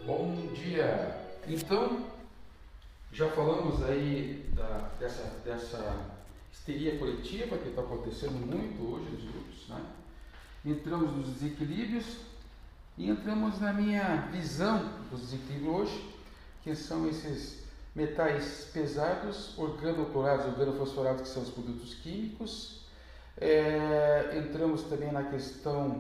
Bom dia! Então, já falamos aí dessa histeria coletiva que está acontecendo muito hoje nos grupos, né? Entramos nos desequilíbrios e entramos na minha visão dos desequilíbrios hoje, que são esses metais pesados, organoclorados, organofosforados, que são os produtos químicos. Entramos também na questão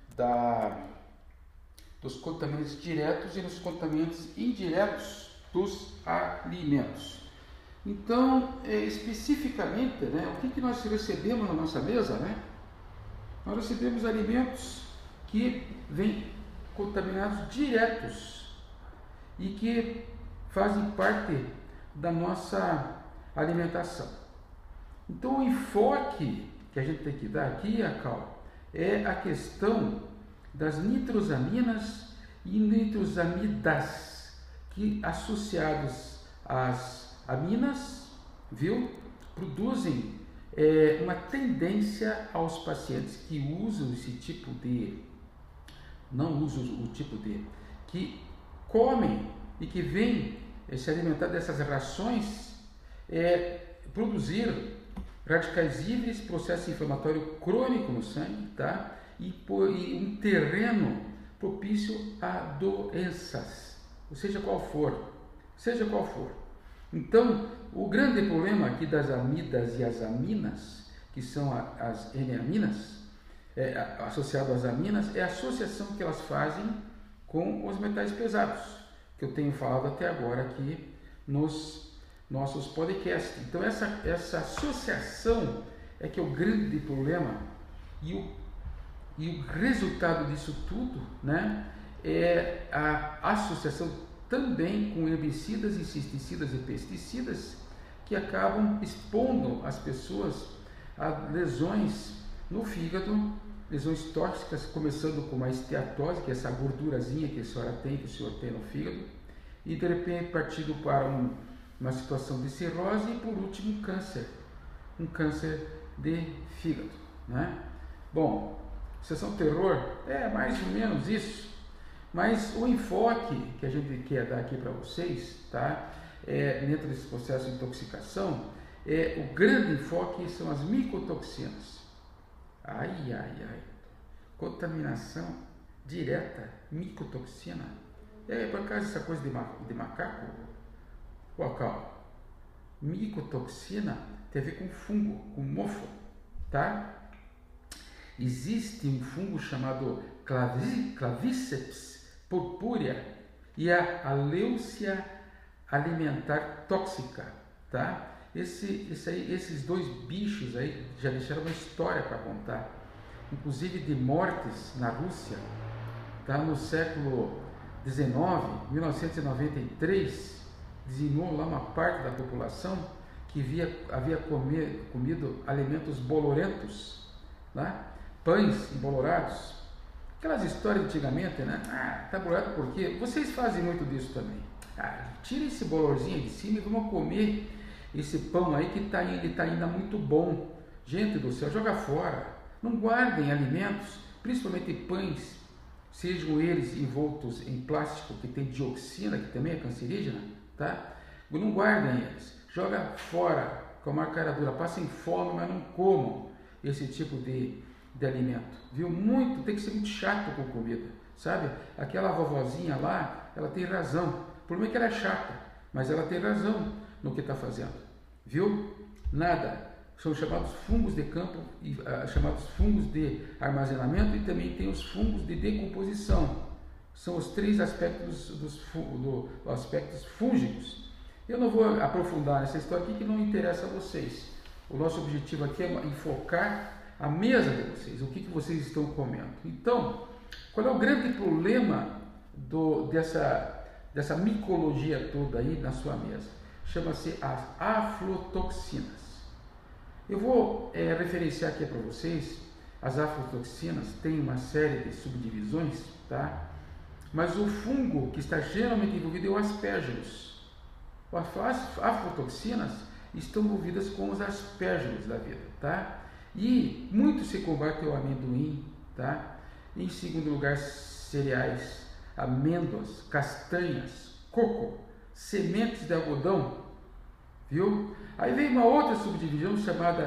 dos contaminantes diretos e nos contaminantes indiretos dos alimentos. Então, especificamente, né, o que nós recebemos na nossa mesa, né? Nós recebemos alimentos que vêm contaminados diretos e que fazem parte da nossa alimentação. Então, o enfoque que a gente tem que dar aqui, Cal, é a questão das nitrosaminas e nitrosamidas, que associados às aminas, produzem uma tendência aos pacientes que usam esse tipo de, não usam o tipo de, que comem e que vêm se alimentar dessas rações, produzir radicais livres, processo inflamatório crônico no sangue, tá? E um terreno propício a doenças, seja qual for. Então, o grande problema aqui das amidas e as aminas, que são as N-aminas, associado às aminas, é a associação que elas fazem com os metais pesados, que eu tenho falado até agora aqui nos nossos podcasts. Então, essa associação é que é o grande problema, e o resultado disso tudo, né, é a associação também com herbicidas, inseticidas e pesticidas, que acabam expondo as pessoas a lesões no fígado, lesões tóxicas, começando com uma esteatose, que é essa gordurazinha que a senhora tem, que o senhor tem no fígado, e de repente partindo para uma situação de cirrose e por último um câncer de fígado, né? Bom, sessão terror é mais ou menos isso, mas o enfoque que a gente quer dar aqui para vocês, tá? Dentro desse processo de intoxicação, o grande enfoque são as micotoxinas. Contaminação direta, micotoxina. Por acaso essa coisa de macaco? Cal, micotoxina tem a ver com fungo, com mofo, tá? Existe um fungo chamado Clavíceps purpúrea e a Leucia alimentar tóxica, tá? Esses dois bichos aí já deixaram uma história para contar, inclusive de mortes na Rússia, tá? No século XIX, 1993, dizimou lá uma parte da população que havia comido alimentos bolorentos, né? Pães embolorados, aquelas histórias antigamente, né? Tá bolorado por quê? Vocês fazem muito disso também. Tira esse bolorzinho de cima e vamos comer esse pão aí que ele tá ainda muito bom. Gente do céu, joga fora. Não guardem alimentos, principalmente pães, sejam eles envoltos em plástico que tem dioxina, que também é cancerígena, tá? Não guardem eles, joga fora com a marcaradura, passem fome, mas não comam esse tipo de alimento, viu? Tem que ser muito chato com comida, sabe? Aquela vovozinha lá, ela tem razão, o problema é que ela é chata, mas ela tem razão no que está fazendo, viu? Nada, são chamados fungos de campo, chamados fungos de armazenamento, e também tem os fungos de decomposição. São os três aspectos dos aspectos fúngicos. Eu não vou aprofundar nessa história aqui, que não interessa a vocês. O nosso objetivo aqui é enfocar a mesa de vocês, o que vocês estão comendo. Então, qual é o grande problema dessa micologia toda aí na sua mesa? Chama-se as aflotoxinas. Eu vou referenciar aqui para vocês. As aflotoxinas têm uma série de subdivisões, tá? Mas o fungo que está geralmente envolvido é o aspergillus. As aflotoxinas estão envolvidas com os aspergillus da vida, tá? E muito se combate o amendoim, tá? Em segundo lugar, cereais amêndoas, castanhas, coco, sementes de algodão, viu? Aí vem uma outra subdivisão chamada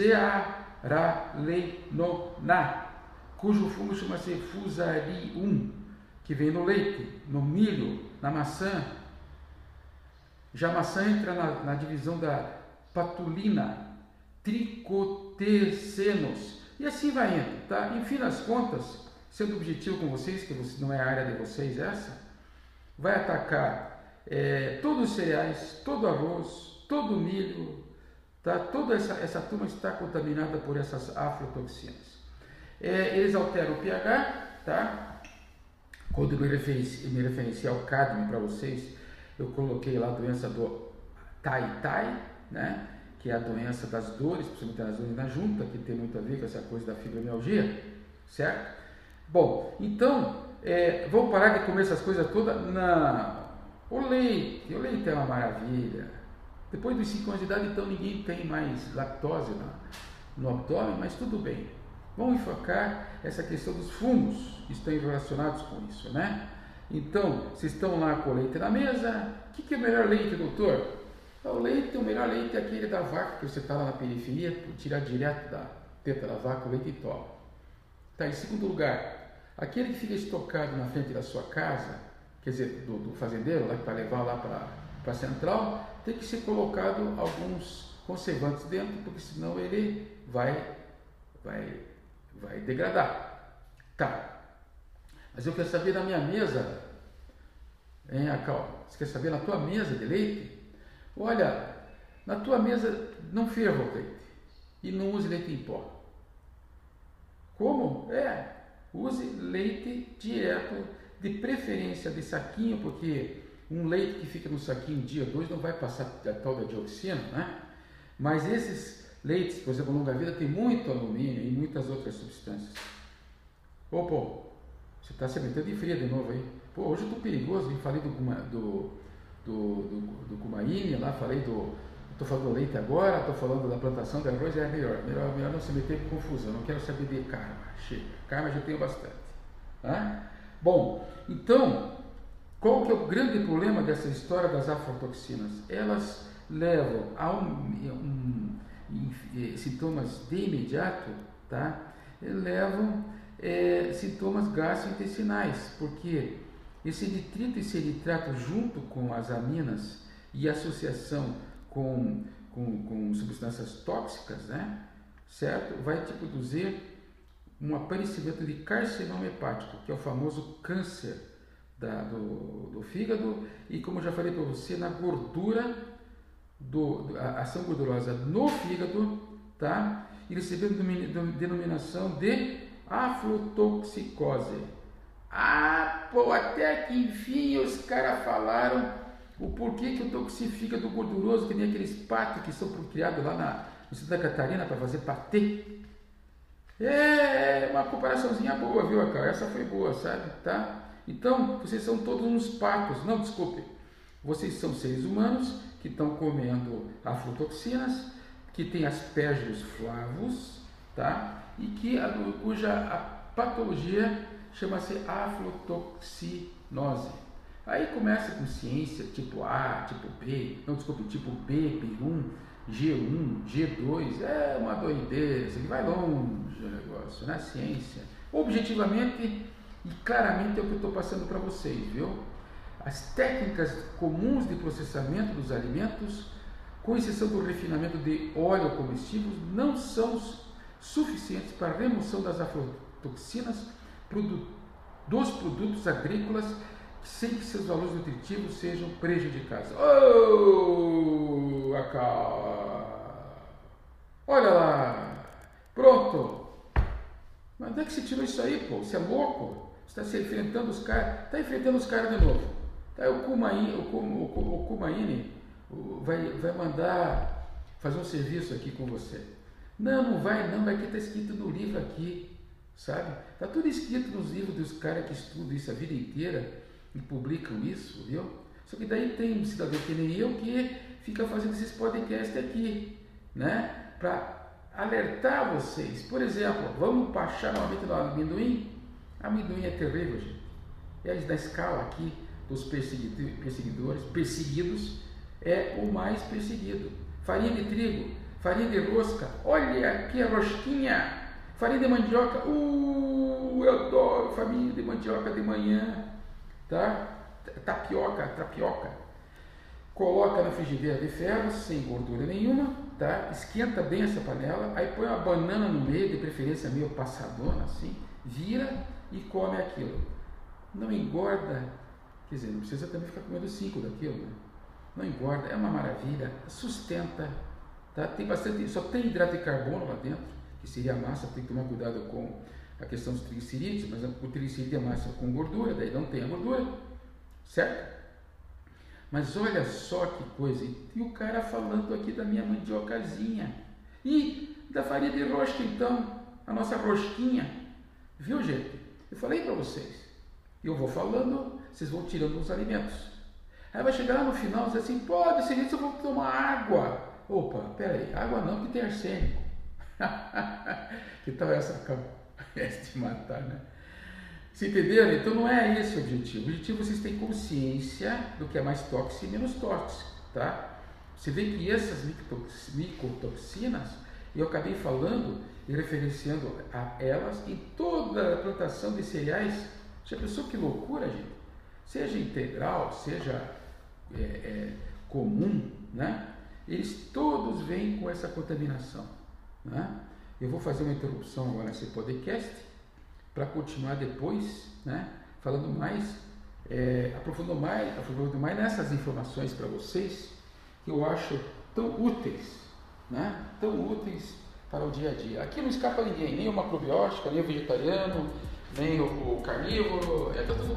Zearalenona, cujo fungo chama-se Fusarium, que vem no leite, no milho, na maçã. Já a maçã entra na divisão da patulina, tricotecenos, e assim vai indo, tá? Enfim, nas contas, sendo objetivo com vocês, que não é a área de vocês essa, vai atacar todos os cereais, todo o arroz, todo o milho, tá? Toda essa turma está contaminada por essas aflatoxinas. Eles alteram o pH, tá? Quando eu me referenciei ao cádmio para vocês, eu coloquei lá a doença do Tai-Tai, né? Que é a doença das dores, principalmente das dores na junta, que tem muito a ver com essa coisa da fibromialgia, certo? Bom, então, vamos parar de comer essas coisas todas? Não. O leite é uma maravilha. Depois dos 5 anos de idade, então, ninguém tem mais lactose no abdômen, mas tudo bem. Vamos enfocar essa questão dos fungos que estão relacionados com isso, né? Então, vocês estão lá com o leite na mesa. O que é o melhor leite, doutor? O melhor leite é aquele da vaca, que você está lá na periferia, tirar direto da teta da vaca o leite e toma. Tá, em segundo lugar, aquele que fica estocado na frente da sua casa, quer dizer, do fazendeiro, para levar lá para a central, tem que ser colocado alguns conservantes dentro, porque senão ele vai degradar. Tá, mas eu quero saber da minha mesa, hein, Acal? Você quer saber na tua mesa de leite? Olha, na tua mesa não ferva o leite e não use leite em pó. Como? Use leite direto, de preferência de saquinho, porque um leite que fica no saquinho um dia, 2, não vai passar a tal da dioxina, né? Mas esses leites, por exemplo, longa vida, tem muito alumínio e muitas outras substâncias. Pô, você está se metendo em fria de novo aí. Pô, hoje eu estou perigoso, hein? Falei do Cumaine, lá falei estou falando do leite agora, estou falando da plantação de arroz, melhor não se meter em confusão, não quero saber de karma, chega, karma já tenho bastante. Tá? Bom, então, qual que é o grande problema dessa história das aflatoxinas? Elas levam a sintomas de imediato, tá? Levam sintomas gastrointestinais, porque esse nitrito e esse nitrato junto com as aminas e associação com substâncias tóxicas, né, certo? Vai te produzir um aparecimento de carcinoma hepático, que é o famoso câncer do fígado, e como eu já falei para você, na gordura, a ação gordurosa no fígado, tá? E recebendo denominação de aflotoxicose. Até que enfim os caras falaram o porquê que o toxifícado gorduroso, que nem aqueles patos que são criados lá no Santa Catarina para fazer patê. É uma comparaçãozinha boa, viu, cara? Essa foi boa, sabe? Tá? Então, vocês são todos uns patos. Não, desculpe. Vocês são seres humanos que estão comendo aflatoxinas, que têm aspergillos flavos, tá? E cuja patologia chama-se aflatoxinose. Aí começa com ciência tipo A, tipo B, tipo B, B1, G1, G2, é uma doideira, isso aqui vai longe o negócio, né? Ciência. Objetivamente e claramente é o que eu estou passando para vocês, viu? As técnicas comuns de processamento dos alimentos, com exceção do refinamento de óleo comestíveis, não são suficientes para a remoção das aflatoxinas dos produtos agrícolas sem que seus valores nutritivos sejam prejudicados. Olha lá, pronto. Mas onde é que você tirou isso aí, pô? Você é louco? Você está se enfrentando os caras, de novo. Tá, o Cumaine vai mandar fazer um serviço aqui com você. Não vai não, aqui está escrito no livro aqui. Sabe? Está tudo escrito nos livros dos caras que estudam isso a vida inteira e publicam isso, viu? Só que daí tem um cidadão que nem eu que fica fazendo esses podcasts aqui, né? Para alertar vocês. Por exemplo, vamos baixar novamente no amendoim? Amendoim é terrível, gente. na escala aqui dos perseguidos, é o mais perseguido. Farinha de trigo, farinha de rosca, olha aqui a rosquinha, farinha de mandioca, eu adoro farinha de mandioca de manhã, tá? Tapioca, coloca na frigideira de ferro, sem gordura nenhuma, tá? Esquenta bem essa panela, aí põe uma banana no meio, de preferência meio passadona assim, vira e come aquilo. Não engorda, quer dizer, não precisa também ficar comendo 5 daquilo, né? Não engorda, é uma maravilha, sustenta, tá? Tem bastante, só tem hidrato de carbono lá dentro, que seria a massa, tem que tomar cuidado com a questão dos triglicerídeos, mas o triglicerídeo é massa com gordura, daí não tem a gordura, certo? Mas olha só que coisa, e o cara falando aqui da minha mandiocazinha, e da farinha de rosca então, a nossa rosquinha, viu gente? Eu falei para vocês, eu vou falando, vocês vão tirando os alimentos, aí vai chegar lá no final e dizer assim, pode ser isso, eu vou tomar água. Opa, peraí, água não, porque tem arsênico. Que tal essa de matar, né? Vocês entenderam? Então não é esse o objetivo. O objetivo é vocês terem consciência do que é mais tóxico e menos tóxico, tá? Você vê que essas micotoxinas, eu acabei falando e referenciando a elas em toda a plantação de cereais. Já pensou que loucura, gente? Seja integral, seja comum, né? Eles todos vêm com essa contaminação, né? Eu vou fazer uma interrupção agora nesse podcast para continuar depois, né? Falando mais, aprofundando mais nessas informações para vocês que eu acho tão úteis, né? Tão úteis para o dia a dia. Aqui não escapa ninguém, nem o macrobiótico, nem o vegetariano, nem o carnívoro, está todo